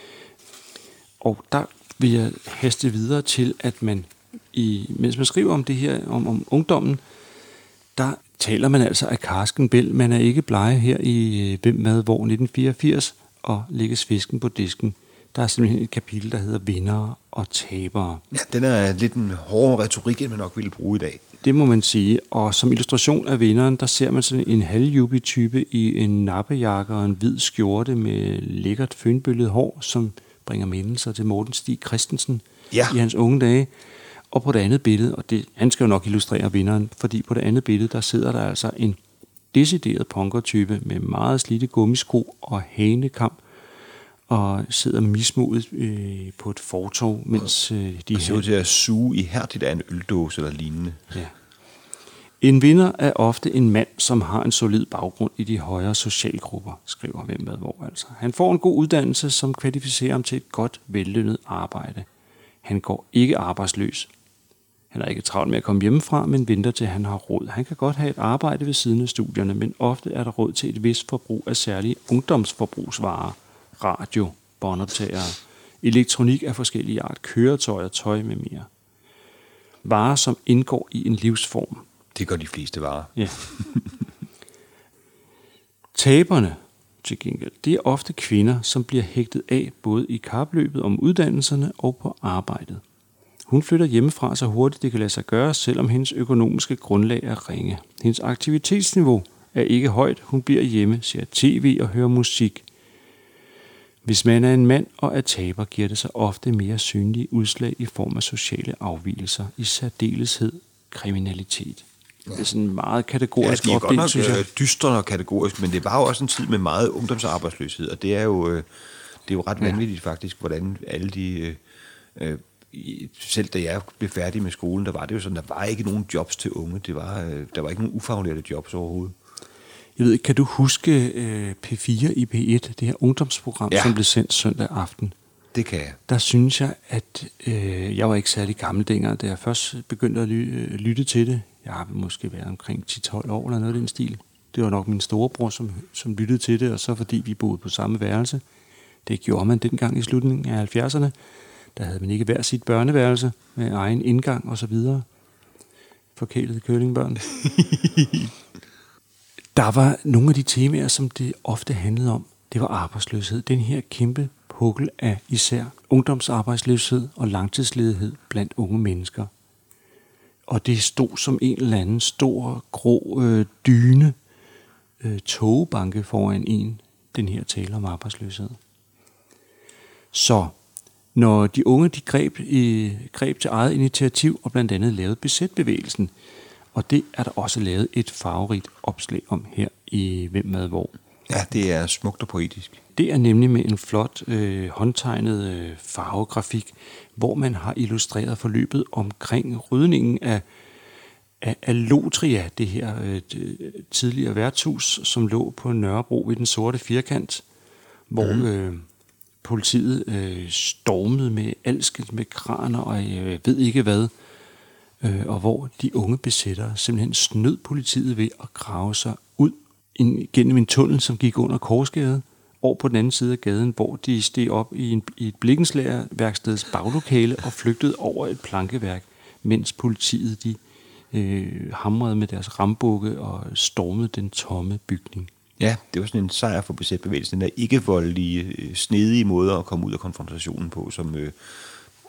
Og der vil jeg haste videre til, at man, i, mens man skriver om det her, om, om ungdommen, der taler man altså af karsken bæl. Man er ikke blege her i Hvem, Hvad, Hvor nitten fireogfirs, og lægges fisken på disken. Der er simpelthen et kapitel, der hedder Vindere og Tabere. Ja, den er lidt en hårdere retorik, end man nok ville bruge i dag. Det må man sige. Og som illustration af vinderen, der ser man sådan en halvjubi-type i en nappejakke og en hvid skjorte med lækkert fønbøllet hår, som bringer mindelser til Morten Stig Christensen ja. i hans unge dage. Og på det andet billede, og det, han skal jo nok illustrere vinderen, fordi på det andet billede, der sidder der altså en decideret punker-type med meget slidte gummisko og hanekam, og sidder mismodet øh, på et fortov, mens øh, de... Det ser ud til at suge ihærdigt af en øldåse eller lignende. Ja. En vinder er ofte en mand, som har en solid baggrund i de højere socialgrupper, skriver Hvem, Hvad, Hvor altså. Han får en god uddannelse, som kvalificerer ham til et godt, vellønnet arbejde. Han går ikke arbejdsløs. Han har ikke travlt med at komme hjemmefra, men venter til han har råd. Han kan godt have et arbejde ved siden af studierne, men ofte er der råd til et vist forbrug af særlige ungdomsforbrugsvarer. Radio, båndoptagere, elektronik af forskellige art, køretøjer, tøj med mere. Varer, som indgår i en livsform. Det gør de fleste varer. Ja. Taberne, til gengæld, det er ofte kvinder, som bliver hægtet af både i kapløbet om uddannelserne og på arbejdet. Hun flytter hjemmefra så hurtigt det kan lade sig gøre, selvom hendes økonomiske grundlag er ringe. Hendes aktivitetsniveau er ikke højt. Hun bliver hjemme, ser tv og hører musik. Hvis man er en mand og er taber, giver det sig ofte mere synlige udslag i form af sociale afvigelser, i særdeleshed kriminalitet. Ja. Det er sådan en meget kategorisk ja, opdeling, synes jeg. Dystre og kategorisk, men det var jo også en tid med meget ungdomsarbejdsløshed, og det er jo, det er jo ret vanvittigt faktisk, hvordan alle de... Øh, selv da jeg blev færdig med skolen, der var det jo sådan, der var ikke nogen jobs til unge. Det var, der var ikke nogen ufaglærte jobs overhovedet. Jeg ved ikke, kan du huske øh, P fire i P et, det her ungdomsprogram, ja. som blev sendt søndag aften? Det kan jeg. Der synes jeg, at øh, jeg var ikke særlig gammel dengang, da jeg først begyndte at ly- lytte til det. Jeg har måske været omkring ti tolv år eller noget af den stil. Det var nok min storebror, som, som lyttede til det, og så fordi vi boede på samme værelse. Det gjorde man dengang i slutningen af halvfjerdserne. Der havde man ikke hver sit børneværelse med egen indgang og så videre. Forkælede kølingbørn. Der var nogle af de temaer, som det ofte handlede om. Det var arbejdsløshed. Den her kæmpe pukkel af især ungdomsarbejdsløshed og langtidsledighed blandt unge mennesker. Og det stod som en eller anden stor, grå øh, dyne, øh, togbanke foran en, den her tale om arbejdsløshed. Så når de unge de greb, i, greb til eget initiativ og blandt andet lavede besætbevægelsen, og det er der også lavet et farverigt opslag om her i Hvem, Hvad, Hvor. Ja, det er smukt og poetisk. Det er nemlig med en flot øh, håndtegnet øh, farvegrafik, hvor man har illustreret forløbet omkring rydningen af, af, af Lotria, det her øh, tidligere værtshus, som lå på Nørrebro ved den sorte firkant, hvor mm. øh, politiet øh, stormede med alskelt med kraner og jeg øh, ved ikke hvad, øh, og hvor de unge besættere simpelthen snød politiet ved at grave sig ud in, gennem en tunnel, som gik under Korsgade, over på den anden side af gaden, hvor de steg op i, en, i et blikkenslagerværksteds baglokale og flygtede over et plankeværk, mens politiet de øh, hamrede med deres rambukke og stormede den tomme bygning. Ja, det var sådan en sejr for besætbevægelsen, den der ikke-voldelige, snedige måde at komme ud af konfrontationen på, som øh,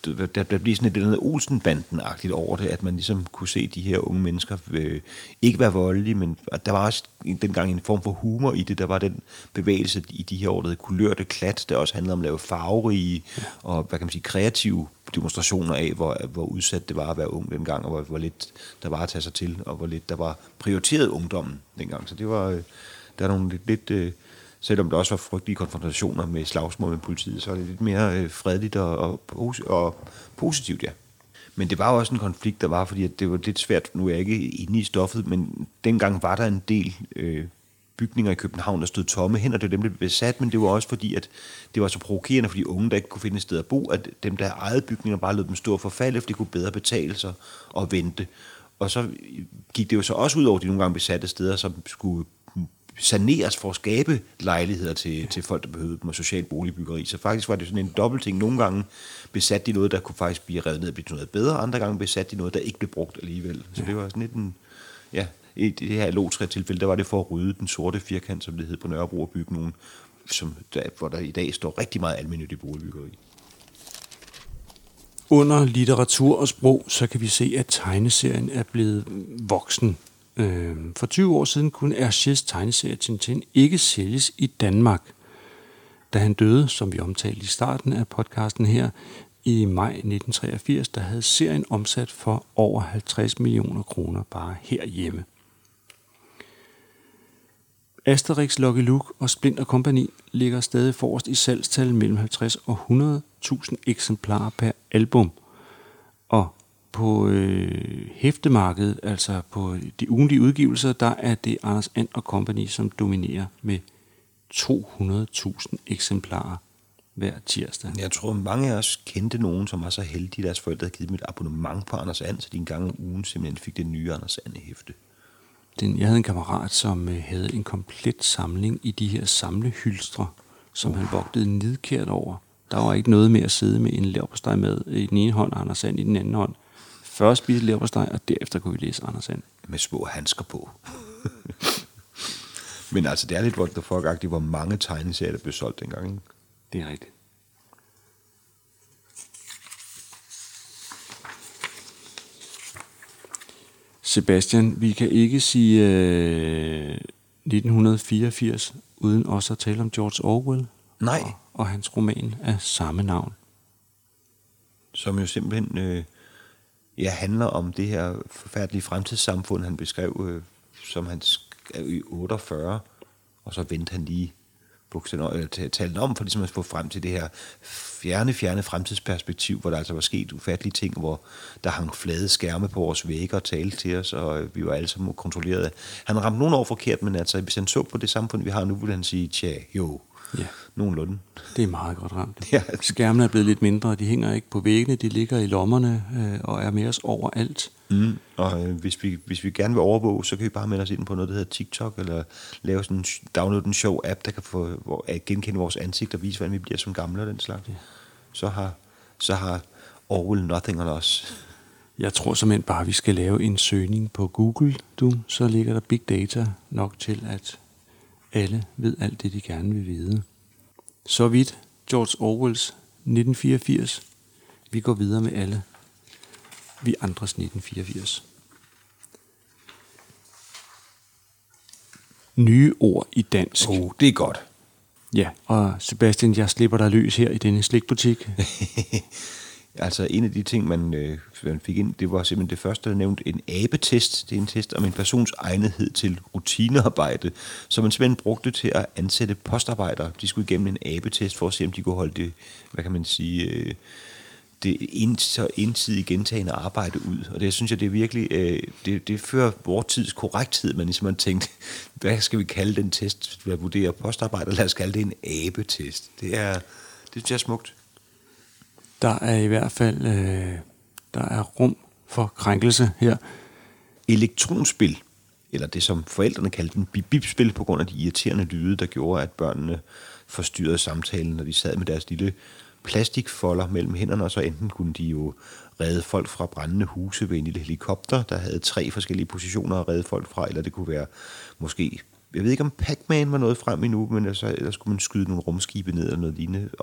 der, der blev sådan et eller andet Olsen-banden-agtigt over det, at man ligesom kunne se de her unge mennesker øh, ikke være voldelige, men der var også dengang en form for humor i det. Der var den bevægelse i de her år, der hed kulørte klat, der også handlede om at lave farverige ja. og hvad kan man sige, kreative demonstrationer af, hvor, hvor udsat det var at være ung dengang, og hvor, hvor lidt der var at tage sig til, og hvor lidt der var prioriteret ungdommen dengang. Så det var, øh, der er nogle lidt... lidt øh, selvom der også var frygtelige konfrontationer med slagsmål med politiet, så er det lidt mere øh, fredeligt og, og, og positivt, ja. Men det var jo også en konflikt, der var, fordi at det var lidt svært, nu er jeg ikke inde i stoffet, men dengang var der en del øh, bygninger i København, der stod tomme hen, og det var dem, der blev besat, men det var også fordi, at det var så provokerende for de unge, der ikke kunne finde et sted at bo, at dem, der ejede bygninger, bare lod dem stå og forfalde, for det kunne bedre betale sig og vente. Og så gik det jo så også ud over de nogle gange besatte steder, som skulle saneres for at skabe lejligheder til, til folk, der behøvede dem, og socialt boligbyggeri. Så faktisk var det sådan en dobbelt ting. Nogle gange besat de noget, der kunne faktisk blive revet ned og blive noget bedre, andre gange besat de noget, der ikke blev brugt alligevel. Så ja. det var sådan lidt en... Ja, i det her Lotræ-tilfælde, der var det for at rydde den sorte firkant, som det hed på Nørrebro, og bygge nogle, som der, hvor der i dag står rigtig meget almennyttig boligbyggeri. Under litteratur og sprog, så kan vi se, at tegneserien er blevet voksen. For tyve år siden kunne Hergés tegneserie Tintin ikke sælges i Danmark. Da han døde, som vi omtalte i starten af podcasten her, i maj nitten treogfirs, der havde serien omsat for over halvtreds millioner kroner bare herhjemme. Asterix, Lucky Luke og Splint og Kompagni ligger stadig forrest i salgstal mellem halvtreds og hundrede tusind eksemplarer per album. Og på øh, hæftemarkedet, altså på de ugentlige udgivelser, der er det Anders And og Company, som dominerer med to hundrede tusind eksemplarer hver tirsdag. Jeg tror, mange af os kendte nogen, som var så heldige, at deres forældre havde givet dem et abonnement på Anders And, så de en gang om ugen simpelthen fik det nye Anders And-hæfte. Den, jeg havde en kammerat, som øh, havde en komplet samling i de her samlehylstre, som uh. han vogtede nidkært over. Der var ikke noget med at sidde med en leverpostej med i den ene hånd og Anders And i den anden hånd. Først spise leverpostej, og derefter kunne vi læse Anders And. Med små handsker på. Men altså, det er lidt what the fuck-agtigt, hvor mange tegneserier, der blev solgt dengang, ikke? Det er rigtigt. Sebastian, vi kan ikke sige øh, nitten fireogfirs uden også at tale om George Orwell. Nej. Og, og hans roman af samme navn. Som jo simpelthen øh, ja, handler om det her forfærdelige fremtidssamfund, han beskrev, øh, som han skrev i otteogfyrre, og så vendte han lige talen om, for ligesom at få frem til det her fjerne, fjerne fremtidsperspektiv, hvor der altså var sket ufattelige ting, hvor der hang flade skærme på vores vægge og talte til os, og vi var alle sammen kontrolleret. Han ramte nogen over forkert, men altså, hvis han så på det samfund, vi har nu, ville han sige, tja, jo, ja. Nogenlunde. Det er meget godt ramt. Ja. Skærmene er blevet lidt mindre, de hænger ikke på væggene, de ligger i lommerne øh, og er med os overalt. Mm. Og øh, hvis, vi, hvis vi gerne vil overvåge, så kan vi bare melde os ind på noget, der hedder TikTok, eller lave sådan en, downloade en sjov app, der kan få, hvor, at genkende vores ansigt og vise, hvordan vi bliver som gamle og den slags. Ja. Så har, så har Orwell nothing on us. Jeg tror simpelthen bare, at vi skal lave en søgning på Google, du, så ligger der big data nok til, at alle ved alt det, de gerne vil vide. Så vidt George Orwells nitten fireogfirs. Vi går videre med alle vi andres nitten fireogfirs. Nye ord i dansk. Oh, det er godt. Ja, og Sebastian, jeg slipper dig løs her i denne slikbutik. Altså en af de ting, man, øh, man fik ind, det var simpelthen det første, der nævnte en abetest. Det er en test om en persons egnethed til rutinearbejde, som man simpelthen brugte til at ansætte postarbejdere. De skulle igennem en abetest for at se, om de kunne holde det, hvad kan man sige, øh, det en, så ensidigt gentagende arbejde ud. Og det synes jeg, det er virkelig, øh, det, det fører vores tids korrekthed. Man ligesom har tænkt, hvad skal vi kalde den test, ved at vurdere postarbejdere? Lad os kalde det en abetest. Det er, det synes jeg er smukt. Der er i hvert fald øh, der er rum for krænkelse her. Elektronspil, eller det som forældrene kaldte en bip-bip-spil, på grund af de irriterende lyde, der gjorde, at børnene forstyrrede samtalen, når de sad med deres lille plastikfolder mellem hænderne, og så enten kunne de jo redde folk fra brændende huse ved en lille helikopter, der havde tre forskellige positioner at redde folk fra, eller det kunne være måske, jeg ved ikke om Pac-Man var noget frem endnu, men altså, ellers skulle man skyde nogle rumskibe ned eller noget lignende, og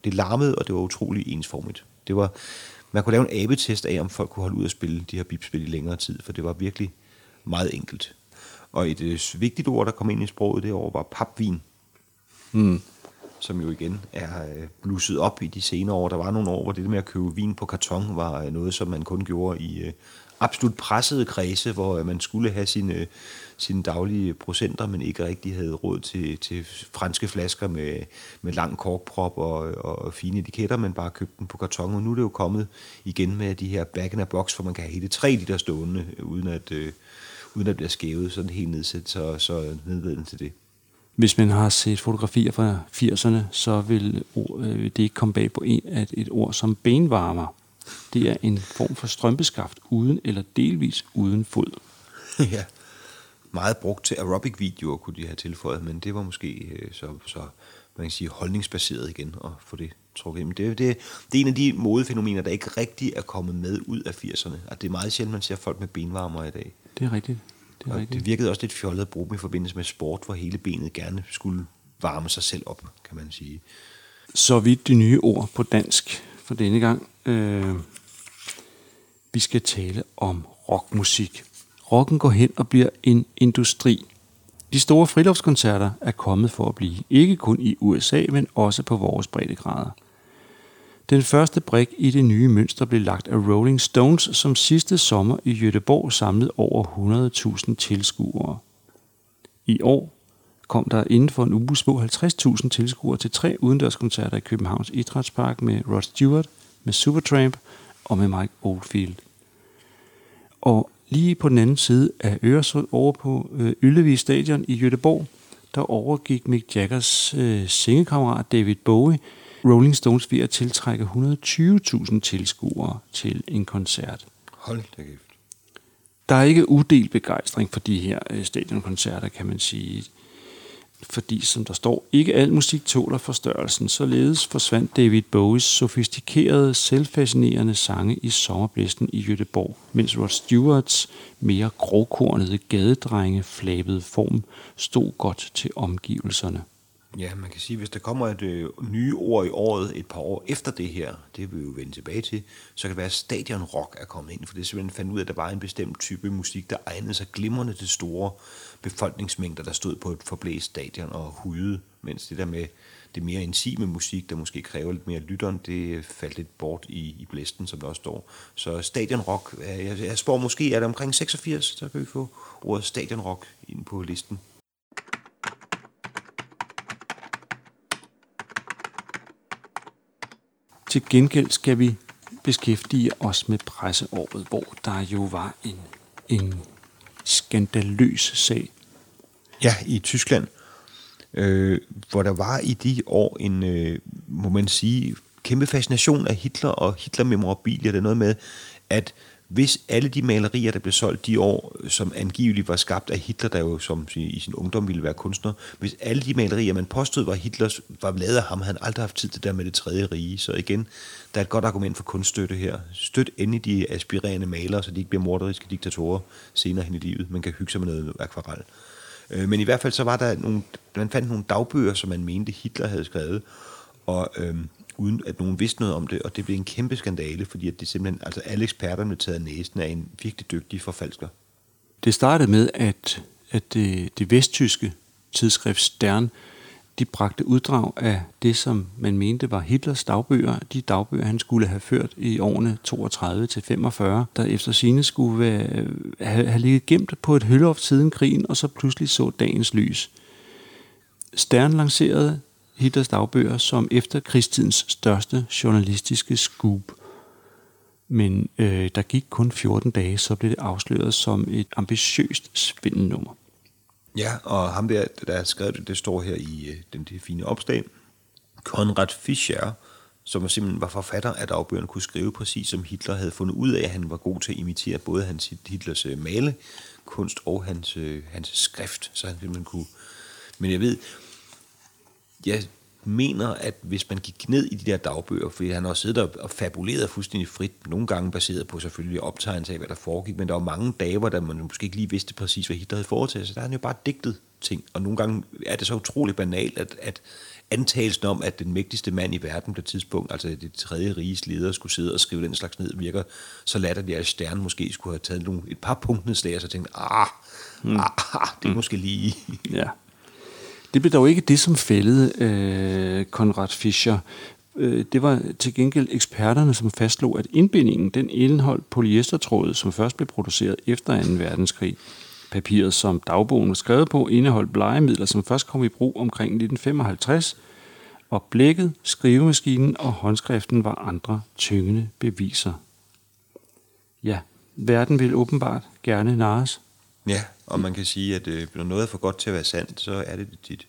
det larmede, og det var utrolig ensformigt. Det var, man kunne lave en abetest af, om folk kunne holde ud at spille de her bipspil i længere tid, for det var virkelig meget enkelt. Og et øh, vigtigt ord, der kom ind i sproget det år, var papvin. Mm. Som jo igen er øh, blusset op i de senere år. Der var nogle år, hvor det med at købe vin på karton var øh, noget, som man kun gjorde i øh, absolut pressede kredse, hvor øh, man skulle have sine, sine daglige procenter, men ikke rigtig havde råd til, til franske flasker med, med lang korkprop og, og fine etiketter, men bare købte den på karton. Og nu er det jo kommet igen med de her back-in-a-box, hvor man kan have hele tre liter stående, uden at, øh, uden at blive skævet, sådan helt nedsæt, så, så nedveden til det. Hvis man har set fotografier fra firserne, så vil ord, øh, det ikke komme bag på en, at et ord som benvarmer, det er en form for strømpeskaft uden eller delvis uden fod. Ja, meget brugt til aerobic-videoer kunne de have tilføjet, men det var måske øh, så, så man kan sige, holdningsbaseret igen at få det trukket ind. Det, det, det er en af de modefænomener, der ikke rigtig er kommet med ud af firserne. At det er meget sjældent, man ser folk med benvarmer i dag. Det er rigtigt. Det, og det virkede også lidt fjollet at bruge dem i forbindelse med sport, hvor hele benet gerne skulle varme sig selv op, kan man sige. Så vidt de nye ord på dansk for denne gang. Øh, vi skal tale om rockmusik. Rocken går hen og bliver en industri. De store friluftskoncerter er kommet for at blive, ikke kun i U S A, men også på vores breddegrader. Den første brik i det nye mønster blev lagt af Rolling Stones, som sidste sommer i Göteborg samlede over hundrede tusind tilskuere. I år kom der inden for en uge små halvtreds tusind tilskuere til tre udendørskoncerter i Københavns Idrætspark med Rod Stewart, med Supertramp og med Mike Oldfield. Og lige på den anden side af Øresund over på øh, Yllevi Stadion i Göteborg, der overgik Mick Jaggers øh, sengekammerat David Bowie Rolling Stones ved at tiltrække et hundrede og tyve tusind tilskuere til en koncert. Hold da kæft. Der er ikke udelt begejstring for de her øh, stadionkoncerter, kan man sige. Fordi, som der står, ikke al musik tåler forstørrelsen. Således forsvandt David Bowies sofistikerede, selvfascinerende sange i sommerblæsten i Göteborg, mens Rod Stewarts mere grovkornede gadedrenge flabede form stod godt til omgivelserne. Ja, man kan sige, hvis der kommer et øh, nye ord i året et par år efter det her, det vil vi jo vende tilbage til, så kan det være, at stadionrock er kommet ind, for det er simpelthen fandt ud af, at der var en bestemt type musik, der egnede sig glimrende til store befolkningsmængder, der stod på et forblæst stadion og hudede, mens det der med det mere intime musik, der måske kræver lidt mere lytteren, det faldt lidt bort i, i blæsten, som der også står. Så stadionrock, jeg, jeg spår måske, er det omkring seksogfirs, så kan vi få ordet stadionrock ind på listen. Til gengæld skal vi beskæftige os med presseåret, hvor der jo var en, en skandaløs sag. Ja, i Tyskland, øh, hvor der var i de år en, øh, må man sige, kæmpe fascination af Hitler og Hitler-memorabilia. Det er noget med, at hvis alle de malerier, der blev solgt de år, som angiveligt var skabt af Hitler, der jo som i sin ungdom ville være kunstner, hvis alle de malerier, man påstod var Hitlers, var lavet af ham, havde han aldrig haft tid til det der med det tredje rige. Så igen, der er et godt argument for kunststøtte her. Støt endelig de aspirerende malere, så de ikke bliver morderiske diktatorer senere hen i livet. Man kan hygge sig med noget akvarel. Men i hvert fald så var der nogle, man fandt nogle dagbøger, som man mente Hitler havde skrevet, og øhm, uden at nogen vidste noget om det, og det blev en kæmpe skandale, fordi at det simpelthen, altså alle eksperterne blev taget af næsen af en virkelig dygtig forfalsker. Det startede med, at, at det, det vesttyske tidsskrift Stern, de bragte uddrag af det, som man mente var Hitlers dagbøger, de dagbøger, han skulle have ført i årene toogtredive til femogfyrre, der efter sigende skulle være, have, have ligget gemt på et hølloft siden krigen, og så pludselig så dagens lys. Stern lancerede Hitlers dagbøger som efterkrigstidens største journalistiske scoop. Men øh, der gik kun fjorten dage, så blev det afsløret som et ambitiøst svindelnummer. Ja, og ham der, der har skrevet det, det står her i øh, den det fine opslag. Konrad Fischer, som simpelthen var forfatter af dagbøgerne, kunne skrive præcis som Hitler havde fundet ud af, at han var god til at imitere både hans, Hitlers øh, malekunst og hans, øh, hans skrift, så han simpelthen kunne. Men jeg ved, ja, mener, at hvis man gik ned i de der dagbøger, fordi han har siddet og fabuleret fuldstændig frit, nogle gange baseret på selvfølgelig optegnelse af, hvad der foregik, men der var mange dage, hvor man måske ikke lige vidste præcis, hvad Hitler havde foretaget, så der har han jo bare digtet ting, og nogle gange er det så utroligt banalt, at, at antagelsen om, at den mægtigste mand i verden på et tidspunkt, altså det tredje riges leder, skulle sidde og skrive den slags ned, virker så latterligt, at Stern måske skulle have taget nogle, et par punktnedslag, og så tænkt, ah, mm. ah, det er mm. måske lige... Ja. Det blev dog ikke det, som fældede øh, Konrad Fischer. Øh, det var til gengæld eksperterne, som fastslog, at indbindingen, den indeholdt polyestertråd, som først blev produceret efter anden verdenskrig. Papiret, som dagbogen var skrevet på, indeholdt blegemidler, som først kom i brug omkring nitten femoghalvtreds, og blækket, skrivemaskinen og håndskriften var andre tyngende beviser. Ja, verden vil åbenbart gerne narres. Ja, og man kan sige, at øh, når noget er for godt til at være sandt, så er det det tit.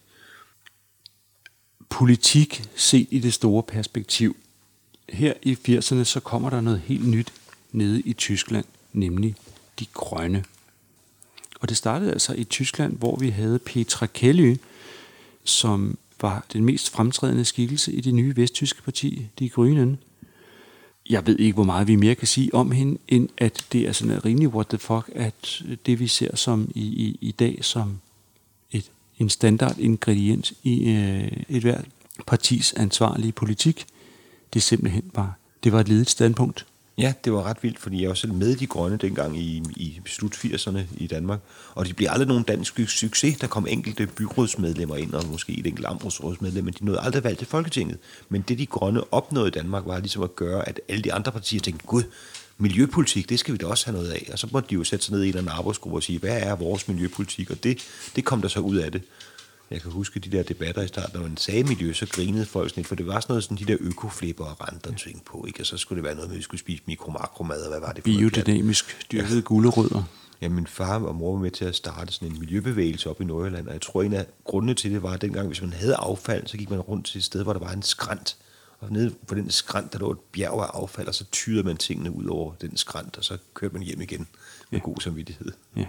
Politik set i det store perspektiv. Her i firserne, så kommer der noget helt nyt nede i Tyskland, nemlig de grønne. Og det startede altså i Tyskland, hvor vi havde Petra Kelly, som var den mest fremtrædende skikkelse i det nye vesttyske parti, De Grünen. Jeg ved ikke, hvor meget vi mere kan sige om hende, end at det er sådan en rimelig what the fuck, at det vi ser som i, i, i dag som et, en standard ingrediens i øh, et hvert partis ansvarlige politik, det simpelthen var, det var et ledet standpunkt. Ja, det var ret vildt, fordi jeg var selv med i De Grønne dengang i, i slut firserne i Danmark, og det blev aldrig nogen dansk succes. Der kom enkelte byrådsmedlemmer ind, og måske et enkelt amtsrådsmedlem, men de nåede aldrig valgt til Folketinget. Men det De Grønne opnåede i Danmark, var ligesom at gøre, at alle de andre partier tænkte, gud, miljøpolitik, det skal vi da også have noget af. Og så måtte de jo sætte sig ned i en eller anden arbejdsgruppe og sige, hvad er vores miljøpolitik? Og det, det kom der så ud af det. Jeg kan huske de der debatter i starten, når man sagde miljø, så grinede folk sådan lidt, for det var sådan noget, sådan de der økoflipper og renter og ting på, ikke? Og så skulle det være noget med, at vi skulle spise mikro-makromad, og hvad var det for noget? Biodynamisk dyrkede ja. gulerødder. Ja, min far og mor var med til at starte sådan en miljøbevægelse op i Nordjylland, og jeg tror, en af grundene til det var, at dengang, hvis man havde affald, så gik man rundt til et sted, hvor der var en skrant, og nede på den skrant, der lå et bjerg af affald, og så tyrede man tingene ud over den skrant, og så kørte man hjem igen med ja. god samvittighed. Ja.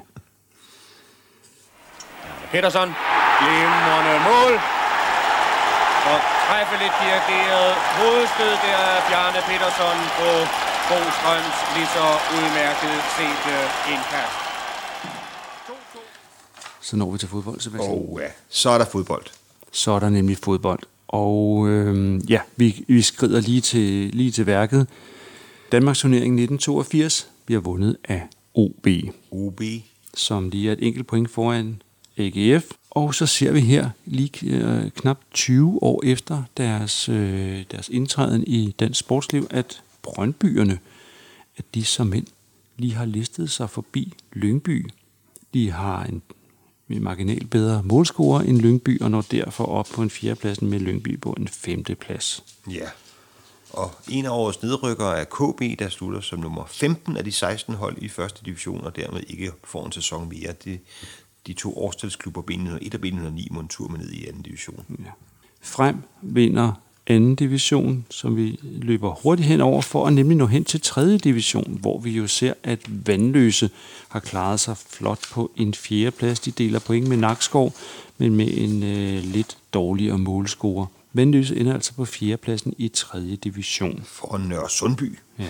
Peterson, glimrende mål. Og træffeligt dirigeret hovedstød der af Bjarne Peterson på Bostrøms lige så udmærket set indkast. Så når vi til fodbold, Sebastian. Åh oh, ja, så er der fodbold. Så er der nemlig fodbold. Og øh, ja, vi, vi skrider lige til, lige til værket. Danmarks turnering nitten toogfirs bliver vundet af O B. O B. Som lige er et enkelt point foran A G F. Og så ser vi her lige øh, knap tyve år efter deres, øh, deres indtræden i dansk sportsliv, at Brøndbyerne, at de som mænd lige har listet sig forbi Lyngby. De har en, en marginal bedre målscorer end Lyngby, og når derfor op på en fjerdeplads med Lyngby på en femteplads. Ja, og en af årets nedrykkere er K B, der slutter som nummer femten af de seksten hold i første division, og dermed ikke får en sæson mere. Det De to årstalsklubber, B et hundrede og en og B et hundrede og ni, må en tur med ned i anden division. Ja. Frem vinder anden division, som vi løber hurtigt hen over for, at nemlig nå hen til tredje division, hvor vi jo ser, at Vandløse har klaret sig flot på en fjerdeplads. De deler point med Nakskov, men med en øh, lidt dårligere målscorer. Vandløse ender altså på fjerdepladsen i tredje division. For Nørre Sundby. Ja.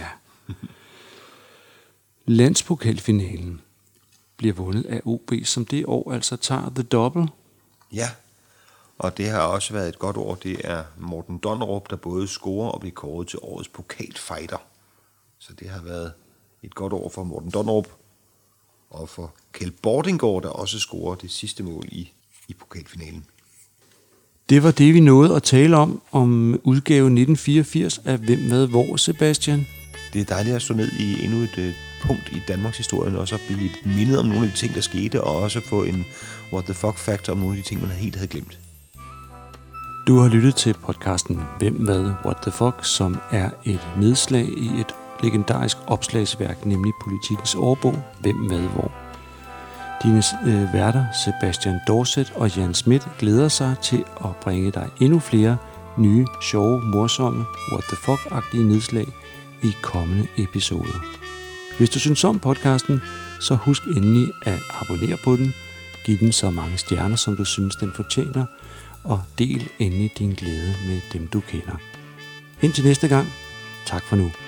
Landspokalfinalen bliver vundet af O B, som det år altså tager the double. Ja, og det har også været et godt år. Det er Morten Donnerup, der både scorer og bliver kåret til årets pokalfighter. Så det har været et godt år for Morten Donnerup. Og for Kjeld Bordinggaard, der også scorer det sidste mål i, i pokalfinalen. Det var det, vi nåede at tale om, om udgave nitten fireogfirs af Hvem Hvad Hvor, Sebastian. Det er dejligt at stå ned i endnu et øh, punkt i Danmarks historie, og også at blive mindet om nogle af de ting, der skete, og også få en what the fuck factor om nogle af de ting, man helt havde glemt. Du har lyttet til podcasten Hvem Hvad What the Fuck, som er et nedslag i et legendarisk opslagsværk, nemlig Politikens årbog, Hvem Hvad Hvor. Dine øh, værter, Sebastian Dorset og Jan Schmidt, glæder sig til at bringe dig endnu flere nye, sjove, morsomme, what the fuck-agtige nedslag i kommende episoder. Hvis du synes om podcasten, så husk endelig at abonnere på den, giv den så mange stjerner, som du synes, den fortjener, og del endelig din glæde med dem, du kender. Indtil næste gang, tak for nu.